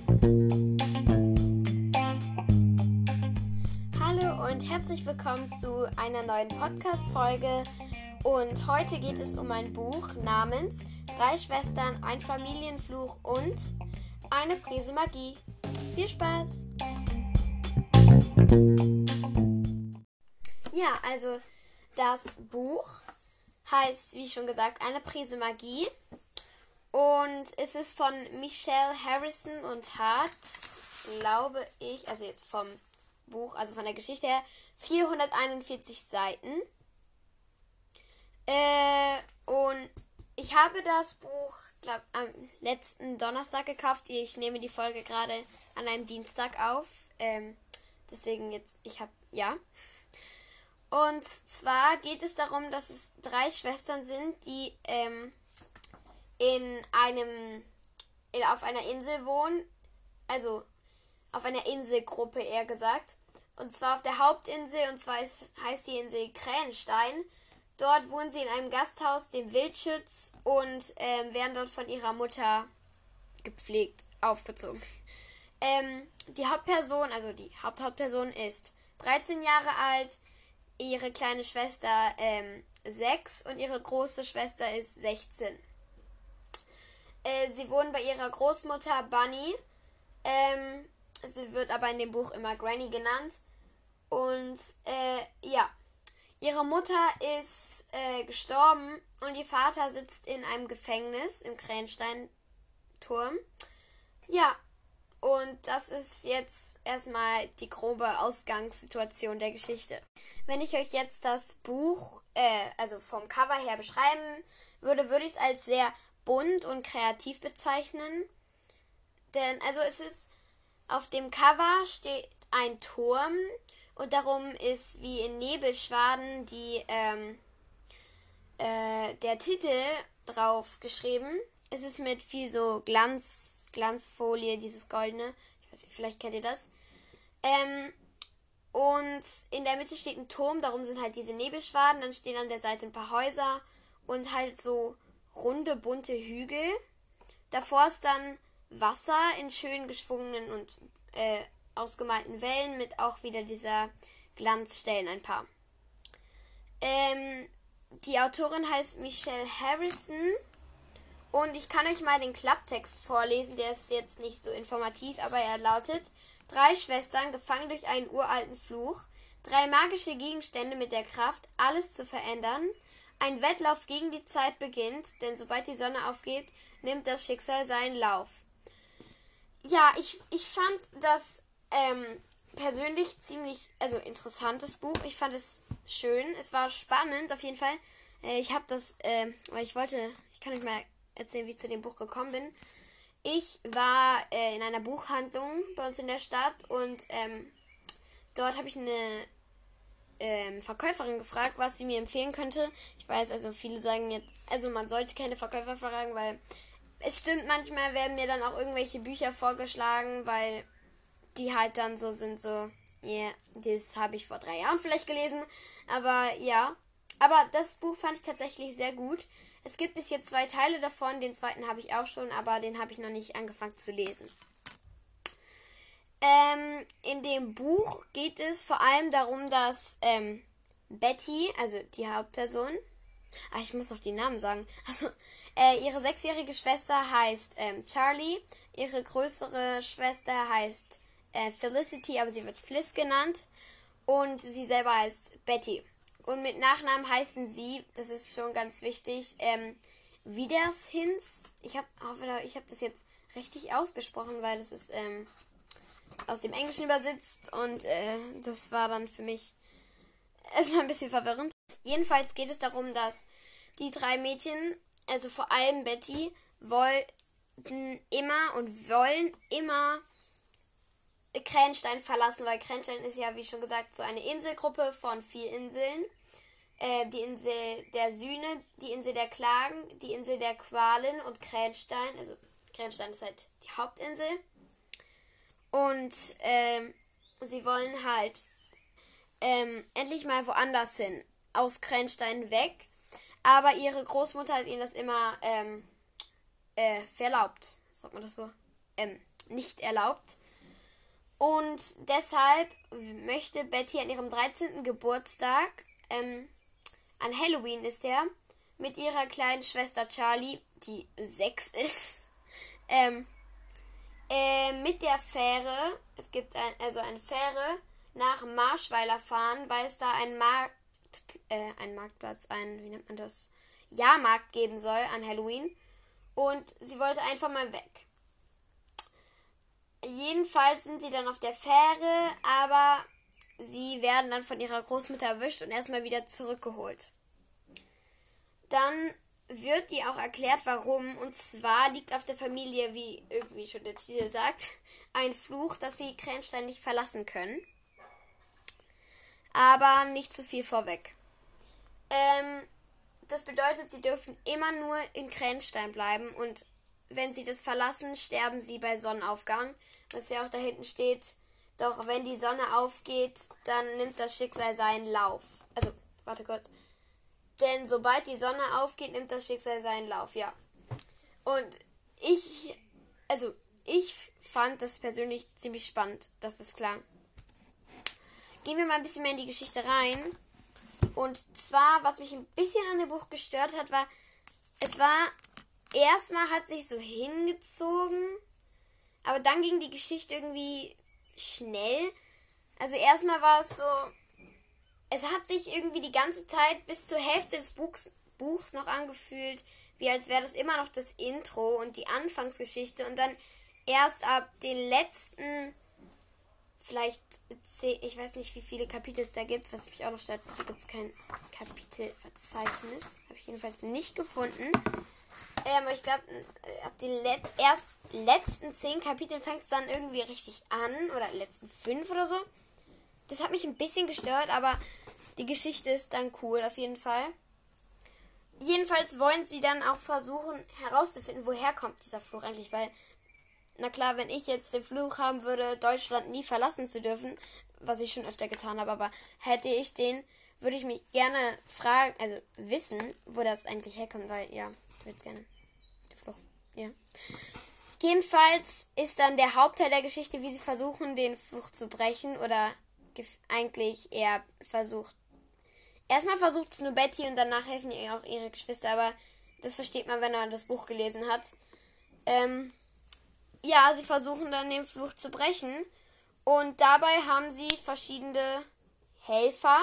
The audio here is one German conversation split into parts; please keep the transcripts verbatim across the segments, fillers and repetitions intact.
Hallo und herzlich willkommen zu einer neuen Podcast-Folge. Und heute geht es um ein Buch namens Drei Schwestern, ein Familienfluch und eine Prise Magie. Viel Spaß! Ja, also das Buch heißt, wie schon gesagt, eine Prise Magie. Und es ist von Michelle Harrison und hat, glaube ich, also jetzt vom Buch, also von der Geschichte her, vierhunderteinundvierzig Seiten. Äh, und ich habe das Buch, glaube am letzten Donnerstag gekauft. Ich nehme die Folge gerade an einem Dienstag auf. Ähm, deswegen jetzt, ich habe, ja. Und zwar geht es darum, dass es drei Schwestern sind, die ähm, in einem, in, auf einer Insel wohnen. Also auf einer Inselgruppe eher gesagt. Und zwar auf der Hauptinsel, und zwar ist, heißt die Insel Krähenstein. Dort wohnen sie in einem Gasthaus, dem Wildschütz, und ähm, werden dort von ihrer Mutter gepflegt, aufgezogen. Ähm, die Hauptperson, also die Haupthauptperson ist dreizehn Jahre alt, ihre kleine Schwester ähm, sechs und ihre große Schwester ist sechzehn. Äh, sie wohnen bei ihrer Großmutter Bunny. Ähm, sie wird aber in dem Buch immer Granny genannt. Und äh, ja, ihre Mutter ist äh, gestorben und ihr Vater sitzt in einem Gefängnis im Krähensteinturm. Ja, und das ist jetzt erstmal die grobe Ausgangssituation der Geschichte. Wenn ich euch jetzt das Buch, äh, also vom Cover her beschreiben würde, würde ich es als sehr bunt und kreativ bezeichnen. Denn, also es ist, auf dem Cover steht ein Turm und darum ist wie in Nebelschwaden die, ähm, äh, der Titel drauf geschrieben. Es ist mit viel so Glanz, Glanzfolie, dieses goldene. Ich weiß nicht, vielleicht kennt ihr das. Ähm, und in der Mitte steht ein Turm, darum sind halt diese Nebelschwaden. Dann stehen an der Seite ein paar Häuser und halt so runde, bunte Hügel. Davor ist dann Wasser in schön geschwungenen und äh, ausgemalten Wellen mit auch wieder dieser Glanzstellen ein paar. Ähm, die Autorin heißt Michelle Harrison und ich kann euch mal den Klapptext vorlesen, der ist jetzt nicht so informativ, aber er lautet: Drei Schwestern, gefangen durch einen uralten Fluch, drei magische Gegenstände mit der Kraft, alles zu verändern. Ein Wettlauf gegen die Zeit beginnt, denn sobald die Sonne aufgeht, nimmt das Schicksal seinen Lauf. Ja, ich, ich fand das ähm, persönlich ziemlich, also interessantes Buch. Ich fand es schön. Es war spannend, auf jeden Fall. Äh, ich habe das, äh, weil ich wollte, ich kann euch mal erzählen, wie ich zu dem Buch gekommen bin. Ich war äh, in einer Buchhandlung bei uns in der Stadt und ähm, dort habe ich eine ähm, Verkäuferin gefragt, was sie mir empfehlen könnte. Ich weiß, also viele sagen jetzt, also man sollte keine Verkäufer fragen, weil es stimmt, manchmal werden mir dann auch irgendwelche Bücher vorgeschlagen, weil die halt dann so sind, so, ja, yeah, das habe ich vor drei Jahren vielleicht gelesen, aber ja. Aber das Buch fand ich tatsächlich sehr gut. Es gibt bis jetzt zwei Teile davon, den zweiten habe ich auch schon, aber den habe ich noch nicht angefangen zu lesen. Ähm, in dem Buch geht es vor allem darum, dass ähm, Betty, also die Hauptperson, ah, ich muss noch die Namen sagen, also äh, ihre sechsjährige Schwester heißt ähm, Charlie, ihre größere Schwester heißt äh, Felicity, aber sie wird Fliss genannt und sie selber heißt Betty. Und mit Nachnamen heißen sie, das ist schon ganz wichtig, ähm, Widershins. Ich habe hoffe, ich habe das jetzt richtig ausgesprochen, weil das ist ähm, aus dem Englischen übersetzt und äh, das war dann für mich erstmal ein bisschen verwirrend. Jedenfalls geht es darum, dass die drei Mädchen, also vor allem Betty, wollten immer und wollen immer Krähenstein verlassen, weil Krähenstein ist ja, wie schon gesagt, so eine Inselgruppe von vier Inseln. Äh, die Insel der Sühne, die Insel der Klagen, die Insel der Qualen und Krähenstein. Also Krähenstein ist halt die Hauptinsel. Und ähm, sie wollen halt ähm, endlich mal woanders hin, aus Krähenstein weg. Aber ihre Großmutter hat ihnen das immer ähm, äh, verlaubt. Sagt man das so? ähm, nicht erlaubt. Und deshalb möchte Betty an ihrem dreizehnten Geburtstag, ähm, an Halloween ist der, mit ihrer kleinen Schwester Charlie, die sechs ist, ähm, äh, mit der Fähre, es gibt ein, also eine Fähre, nach Marschweiler fahren, weil es da einen Markt, äh, einen Marktplatz, einen, wie nennt man das, Jahrmarkt geben soll an Halloween. Und sie wollte einfach mal weg. Jedenfalls sind sie dann auf der Fähre, aber sie werden dann von ihrer Großmutter erwischt und erstmal wieder zurückgeholt. Dann wird ihr auch erklärt, warum. Und zwar liegt auf der Familie, wie irgendwie schon der Titel sagt, ein Fluch, dass sie Krähenstein nicht verlassen können. Aber nicht zu viel vorweg. Ähm, das bedeutet, sie dürfen immer nur in Krähenstein bleiben. Und wenn sie das verlassen, sterben sie bei Sonnenaufgang. Was ja auch da hinten steht. Doch wenn die Sonne aufgeht, dann nimmt das Schicksal seinen Lauf. Also, warte kurz. Denn sobald die Sonne aufgeht, nimmt das Schicksal seinen Lauf, ja. Und ich, also ich fand das persönlich ziemlich spannend, dass das klang. Gehen wir mal ein bisschen mehr in die Geschichte rein. Und zwar, was mich ein bisschen an dem Buch gestört hat, war, es war, erstmal hat sich so hingezogen, aber dann ging die Geschichte irgendwie schnell. Also erstmal war es so, es hat sich irgendwie die ganze Zeit bis zur Hälfte des Buchs, Buchs noch angefühlt, wie als wäre das immer noch das Intro und die Anfangsgeschichte. Und dann erst ab den letzten, vielleicht zehn, ich weiß nicht, wie viele Kapitel es da gibt, was mich auch noch stört, da gibt es kein Kapitelverzeichnis. Habe ich jedenfalls nicht gefunden. Ähm, aber ich glaube, ab den Let- erst letzten zehn Kapiteln fängt es dann irgendwie richtig an. Oder letzten fünf oder so. Das hat mich ein bisschen gestört, aber die Geschichte ist dann cool auf jeden Fall. Jedenfalls wollen sie dann auch versuchen herauszufinden, woher kommt dieser Fluch eigentlich, weil, na klar, wenn ich jetzt den Fluch haben würde, Deutschland nie verlassen zu dürfen, was ich schon öfter getan habe, aber hätte ich den, würde ich mich gerne fragen, also wissen, wo das eigentlich herkommt, weil, ja, ich würde es gerne. Der Fluch, ja. Jedenfalls ist dann der Hauptteil der Geschichte, wie sie versuchen, den Fluch zu brechen oder eigentlich eher versucht. Erstmal versucht es nur Betty und danach helfen ihr auch ihre Geschwister, aber das versteht man, wenn man das Buch gelesen hat. Ähm, ja, sie versuchen dann den Fluch zu brechen und dabei haben sie verschiedene Helfer.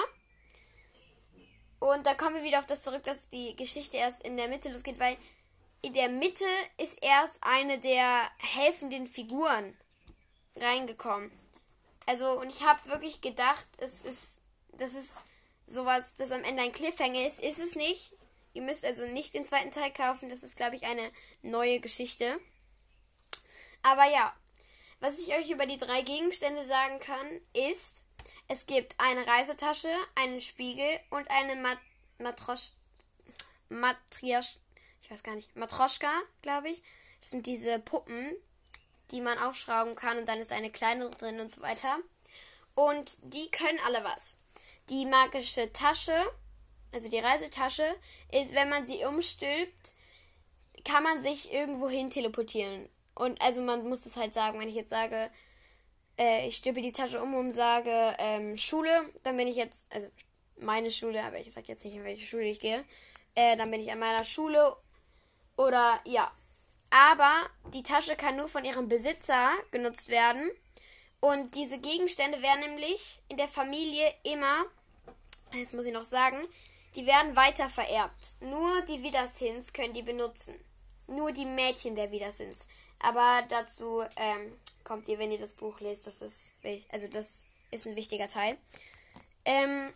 Und da kommen wir wieder auf das zurück, dass die Geschichte erst in der Mitte losgeht, weil in der Mitte ist erst eine der helfenden Figuren reingekommen. Also, und ich habe wirklich gedacht, es ist, das ist sowas, das am Ende ein Cliffhanger ist. Ist es nicht. Ihr müsst also nicht den zweiten Teil kaufen. Das ist, glaube ich, eine neue Geschichte. Aber ja, was ich euch über die drei Gegenstände sagen kann, ist, es gibt eine Reisetasche, einen Spiegel und eine Mat- Matrosch... Matriosch... Ich weiß gar nicht. Matroschka, glaube ich. Das sind diese Puppen, die man aufschrauben kann und dann ist eine kleinere drin und so weiter. Und die können alle was. Die magische Tasche, also die Reisetasche, ist, wenn man sie umstülpt, kann man sich irgendwo hin teleportieren. Und also man muss das halt sagen, wenn ich jetzt sage, äh, ich stülpe die Tasche um und sage ähm, Schule, dann bin ich jetzt, also meine Schule, aber ich sage jetzt nicht, in welche Schule ich gehe, äh, dann bin ich an meiner Schule oder ja. Aber die Tasche kann nur von ihrem Besitzer genutzt werden. Und diese Gegenstände werden nämlich in der Familie immer, das muss ich noch sagen, die werden weiter vererbt. Nur die Widersins können die benutzen. Nur die Mädchen der Widersins. Aber dazu ähm, kommt ihr, wenn ihr das Buch lest. Das ist, also das ist ein wichtiger Teil. Ähm,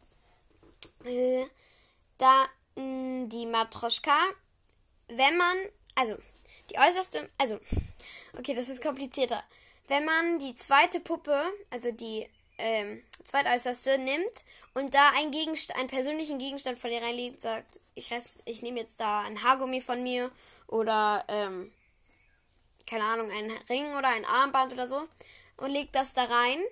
äh, da mh, die Matroschka, wenn man, also die äußerste, also, okay, das ist komplizierter. Wenn man die zweite Puppe, also die ähm, zweitäußerste nimmt und da einen Gegenstand, einen persönlichen Gegenstand von ihr reinlegt, sagt, ich, rest, ich nehme jetzt da ein Haargummi von mir oder, ähm, keine Ahnung, einen Ring oder ein Armband oder so und legt das da rein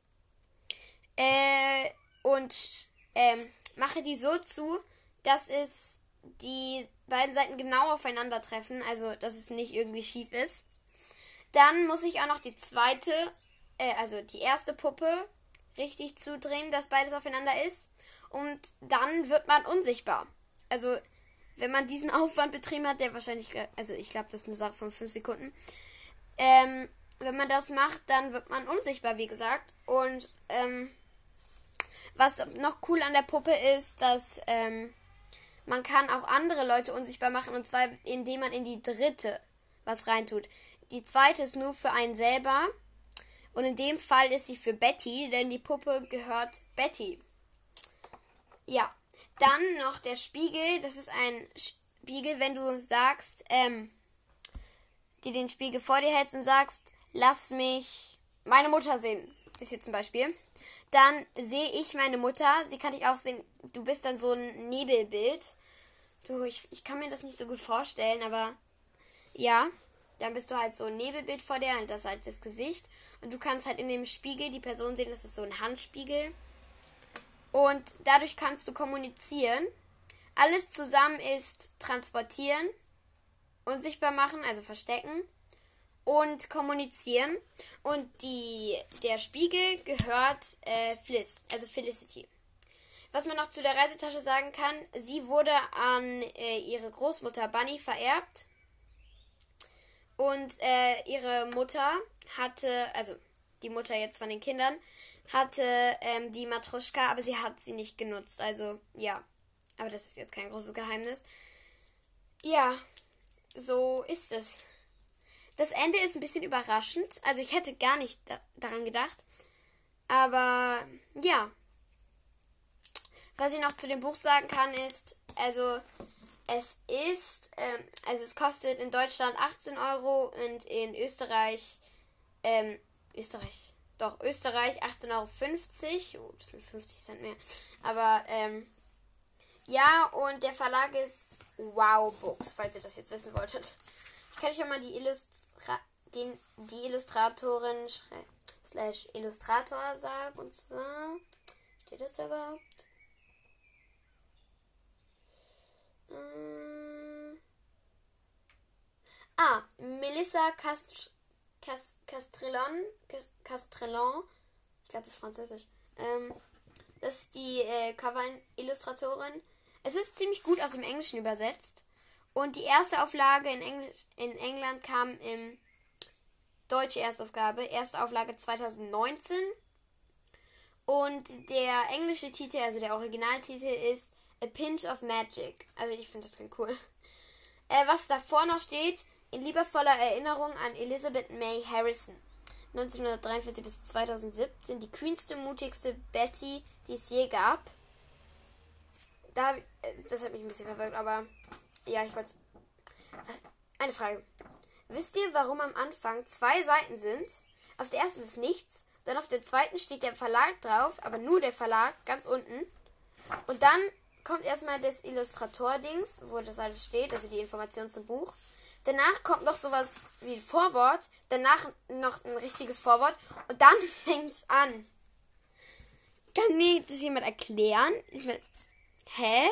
äh, und ähm, mache die so zu, dass es die beiden Seiten genau aufeinandertreffen, also dass es nicht irgendwie schief ist. Dann muss ich auch noch die zweite, äh, also die erste Puppe richtig zudrehen, dass beides aufeinander ist. Und dann wird man unsichtbar. Also, wenn man diesen Aufwand betrieben hat, der wahrscheinlich, also ich glaube, das ist eine Sache von fünf Sekunden. Ähm, wenn man das macht, dann wird man unsichtbar, wie gesagt. Und, ähm, was noch cool an der Puppe ist, dass, ähm, man kann auch andere Leute unsichtbar machen. Und zwar, indem man in die dritte was reintut. Die zweite ist nur für einen selber. Und in dem Fall ist sie für Betty, denn die Puppe gehört Betty. Ja, dann noch der Spiegel. Das ist ein Spiegel, wenn du sagst, ähm, dir den Spiegel vor dir hältst und sagst, lass mich meine Mutter sehen, ist hier zum Beispiel. Dann sehe ich meine Mutter. Sie kann dich auch sehen. Du bist dann so ein Nebelbild. Du, ich, ich kann mir das nicht so gut vorstellen, aber ja. Dann bist du halt so ein Nebelbild vor dir, das ist halt das Gesicht. Und du kannst halt in dem Spiegel die Person sehen, das ist so ein Handspiegel. Und dadurch kannst du kommunizieren. Alles zusammen ist transportieren, unsichtbar machen, also verstecken und kommunizieren. Und die, der Spiegel gehört äh, Fliss, also Felicity. Was man noch zu der Reisetasche sagen kann, sie wurde an äh, ihre Großmutter Bunny vererbt. Und äh, ihre Mutter hatte, also die Mutter jetzt von den Kindern, hatte ähm, die Matruschka, aber sie hat sie nicht genutzt. Also ja, aber das ist jetzt kein großes Geheimnis. Ja, so ist es. Das Ende ist ein bisschen überraschend. Also ich hätte gar nicht da- daran gedacht. Aber ja. Was ich noch zu dem Buch sagen kann ist, also es ist, ähm, also es kostet in Deutschland achtzehn Euro und in Österreich, ähm, Österreich, doch, Österreich achtzehn Euro fünfzig. Oh, das sind fünfzig Cent mehr. Aber, ähm, ja, und der Verlag ist Wow Books, falls ihr das jetzt wissen wolltet. Ich kann euch auch mal die, Illustra den, die Illustratorin slash Illustrator sagen. Und zwar, steht das da überhaupt? Äh, ah, Melissa Cast Cast Castrillon. Cast Castrillon. Ich glaube, das ist französisch. Ähm, das ist die äh, Cover-Illustratorin. Es ist ziemlich gut aus dem Englischen übersetzt. Und die erste Auflage in, Englisch, in England kam im deutsche Erstausgabe. Erste Auflage zwanzig neunzehn. Und der englische Titel, also der Originaltitel ist A Pinch of Magic. Also ich finde das klingt cool. Äh, was davor noch steht, in liebevoller Erinnerung an Elizabeth May Harrison. neunzehnhundertdreiundvierzig bis zweitausendsiebzehn die kühnste, mutigste Betty, die es je gab. Da, das hat mich ein bisschen verwirrt, aber ja, ich wollte... Eine Frage. Wisst ihr, warum am Anfang zwei Seiten sind? Auf der ersten ist nichts, dann auf der zweiten steht der Verlag drauf, aber nur der Verlag, ganz unten. Und dann kommt erstmal das Illustrator-Dings, wo das alles steht, also die Information zum Buch. Danach kommt noch sowas wie ein Vorwort, danach noch ein richtiges Vorwort und dann fängt's an. Kann mir das jemand erklären? Ich mein, hä?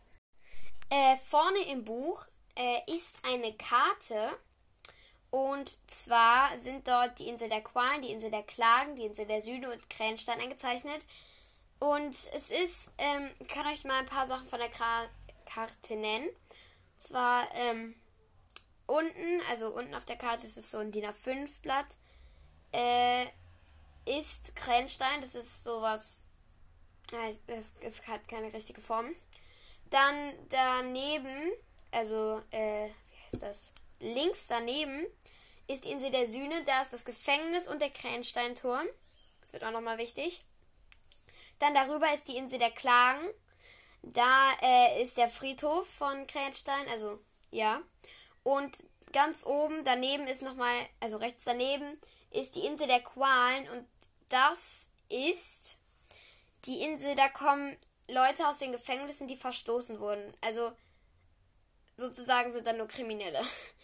Äh, vorne im Buch äh, ist eine Karte und zwar sind dort die Insel der Qualen, die Insel der Klagen, die Insel der Sühne und Krähenstein eingezeichnet. Und es ist, ähm, ich kann euch mal ein paar Sachen von der Kra Karte nennen. Und zwar, ähm, unten, also unten auf der Karte ist es so ein D I N A fünf Blatt, äh, ist Krähenstein, das ist sowas, das, das hat keine richtige Form. Dann daneben, also, äh, wie heißt das? Links daneben ist die Insel der Sühne, da ist das Gefängnis und der Krähensteinturm. Das wird auch nochmal wichtig. Dann darüber ist die Insel der Klagen. Da äh, ist der Friedhof von Krähenstein, also ja. Und ganz oben daneben ist nochmal, also rechts daneben, ist die Insel der Qualen. Und das ist die Insel, da kommen Leute aus den Gefängnissen, die verstoßen wurden. Also sozusagen sind dann nur Kriminelle.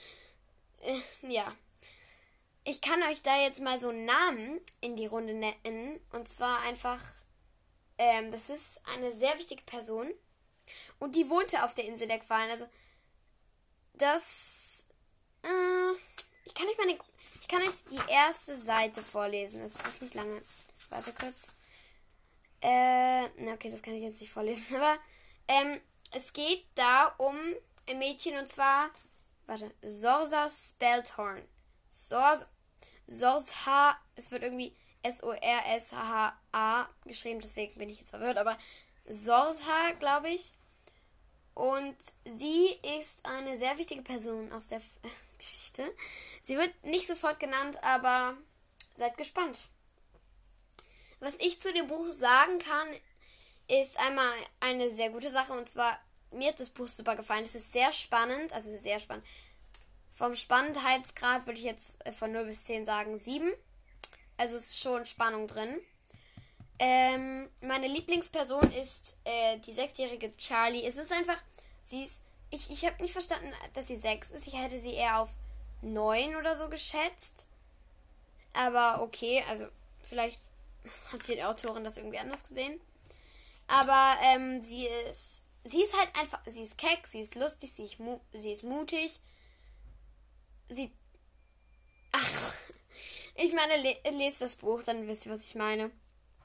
Ja. Ich kann euch da jetzt mal so einen Namen in die Runde nennen. Und zwar einfach... Ähm, das ist eine sehr wichtige Person. Und die wohnte auf der Insel der Qualen. Also, das... Äh, ich kann euch mal den, ich kann euch die erste Seite vorlesen. Es ist nicht lange. Warte kurz. Äh, na okay, das kann ich jetzt nicht vorlesen. Aber ähm, es geht da um ein Mädchen und zwar, warte, Sorsa Spelthorn. Sorsa, Sorsa, es wird irgendwie S O R S H H A geschrieben, deswegen bin ich jetzt verwirrt, aber Sorsa, glaube ich. Und sie ist eine sehr wichtige Person aus der F- Geschichte. Sie wird nicht sofort genannt, aber seid gespannt. Was ich zu dem Buch sagen kann, ist einmal eine sehr gute Sache. Und zwar, mir hat das Buch super gefallen. Es ist sehr spannend, also sehr spannend. Vom Spannendheitsgrad würde ich jetzt von null bis zehn sagen sieben. Also es ist schon Spannung drin. Ähm, meine Lieblingsperson ist äh, die sechsjährige Charlie. Es ist einfach, sie ist, ich, ich habe nicht verstanden, dass sie sechs ist. Ich hätte sie eher auf neun oder so geschätzt. Aber okay, also vielleicht hat die Autorin das irgendwie anders gesehen. Aber ähm, sie ist, sie ist halt einfach, sie ist keck, sie ist lustig, sie ist, mu- sie ist mutig. Sie, ach, ich meine, le- lest das Buch, dann wisst ihr, was ich meine.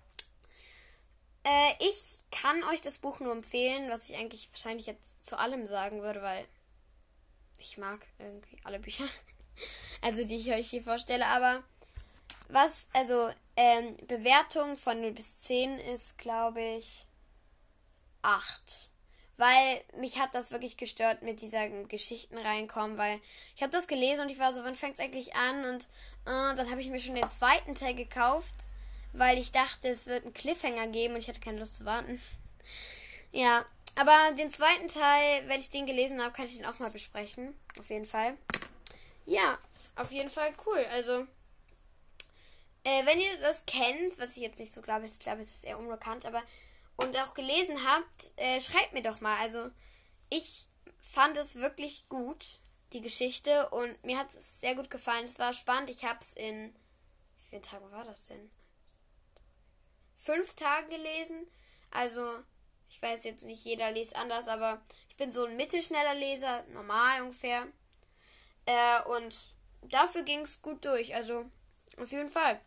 Äh, ich kann euch das Buch nur empfehlen, was ich eigentlich wahrscheinlich jetzt zu allem sagen würde, weil ich mag irgendwie alle Bücher. Also die ich euch hier vorstelle, aber was, also ähm, Bewertung von null bis zehn ist, glaube ich, acht. Weil mich hat das wirklich gestört mit dieser Geschichten reinkommen, weil ich habe das gelesen und ich war so, wann fängt es eigentlich an? Und äh, dann habe ich mir schon den zweiten Teil gekauft, weil ich dachte, es wird einen Cliffhanger geben und ich hatte keine Lust zu warten. Ja, aber den zweiten Teil, wenn ich den gelesen habe, kann ich den auch mal besprechen. Auf jeden Fall. Ja, auf jeden Fall cool. Also, äh, wenn ihr das kennt, was ich jetzt nicht so glaube, ich glaube, es ist eher unbekannt, aber und auch gelesen habt, äh, schreibt mir doch mal. Also, ich fand es wirklich gut, die Geschichte, und mir hat es sehr gut gefallen. Es war spannend. Ich habe es in, wie viele Tage war das denn? Fünf Tagen gelesen. Also, ich weiß jetzt nicht, jeder liest anders, aber ich bin so ein mittelschneller Leser, normal ungefähr. Äh, und dafür ging es gut durch. Also, auf jeden Fall.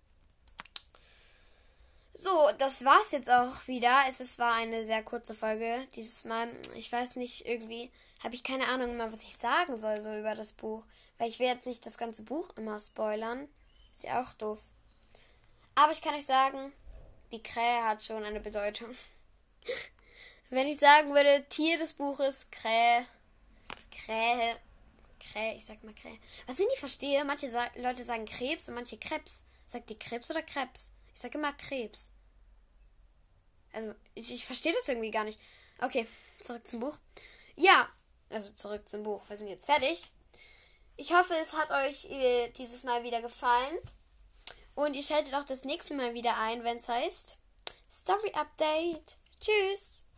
So, das war's jetzt auch wieder. Es ist, war eine sehr kurze Folge dieses Mal. Ich weiß nicht, irgendwie habe ich keine Ahnung mehr, was ich sagen soll so über das Buch. Weil ich will jetzt nicht das ganze Buch immer spoilern. Ist ja auch doof. Aber ich kann euch sagen, die Krähe hat schon eine Bedeutung. Wenn ich sagen würde, Tier des Buches, Krähe, Krähe, Krähe, ich sag mal Krähe. Was ich nicht verstehe, manche sa- Leute sagen Krebs und manche Krebs. Sagt ihr Krebs oder Krebs? Ich sage immer Krebs. Also, ich, ich verstehe das irgendwie gar nicht. Okay, zurück zum Buch. Ja, also zurück zum Buch. Wir sind jetzt fertig. Ich hoffe, es hat euch äh, dieses Mal wieder gefallen. Und ihr schaltet auch das nächste Mal wieder ein, wenn es heißt Story Update. Tschüss!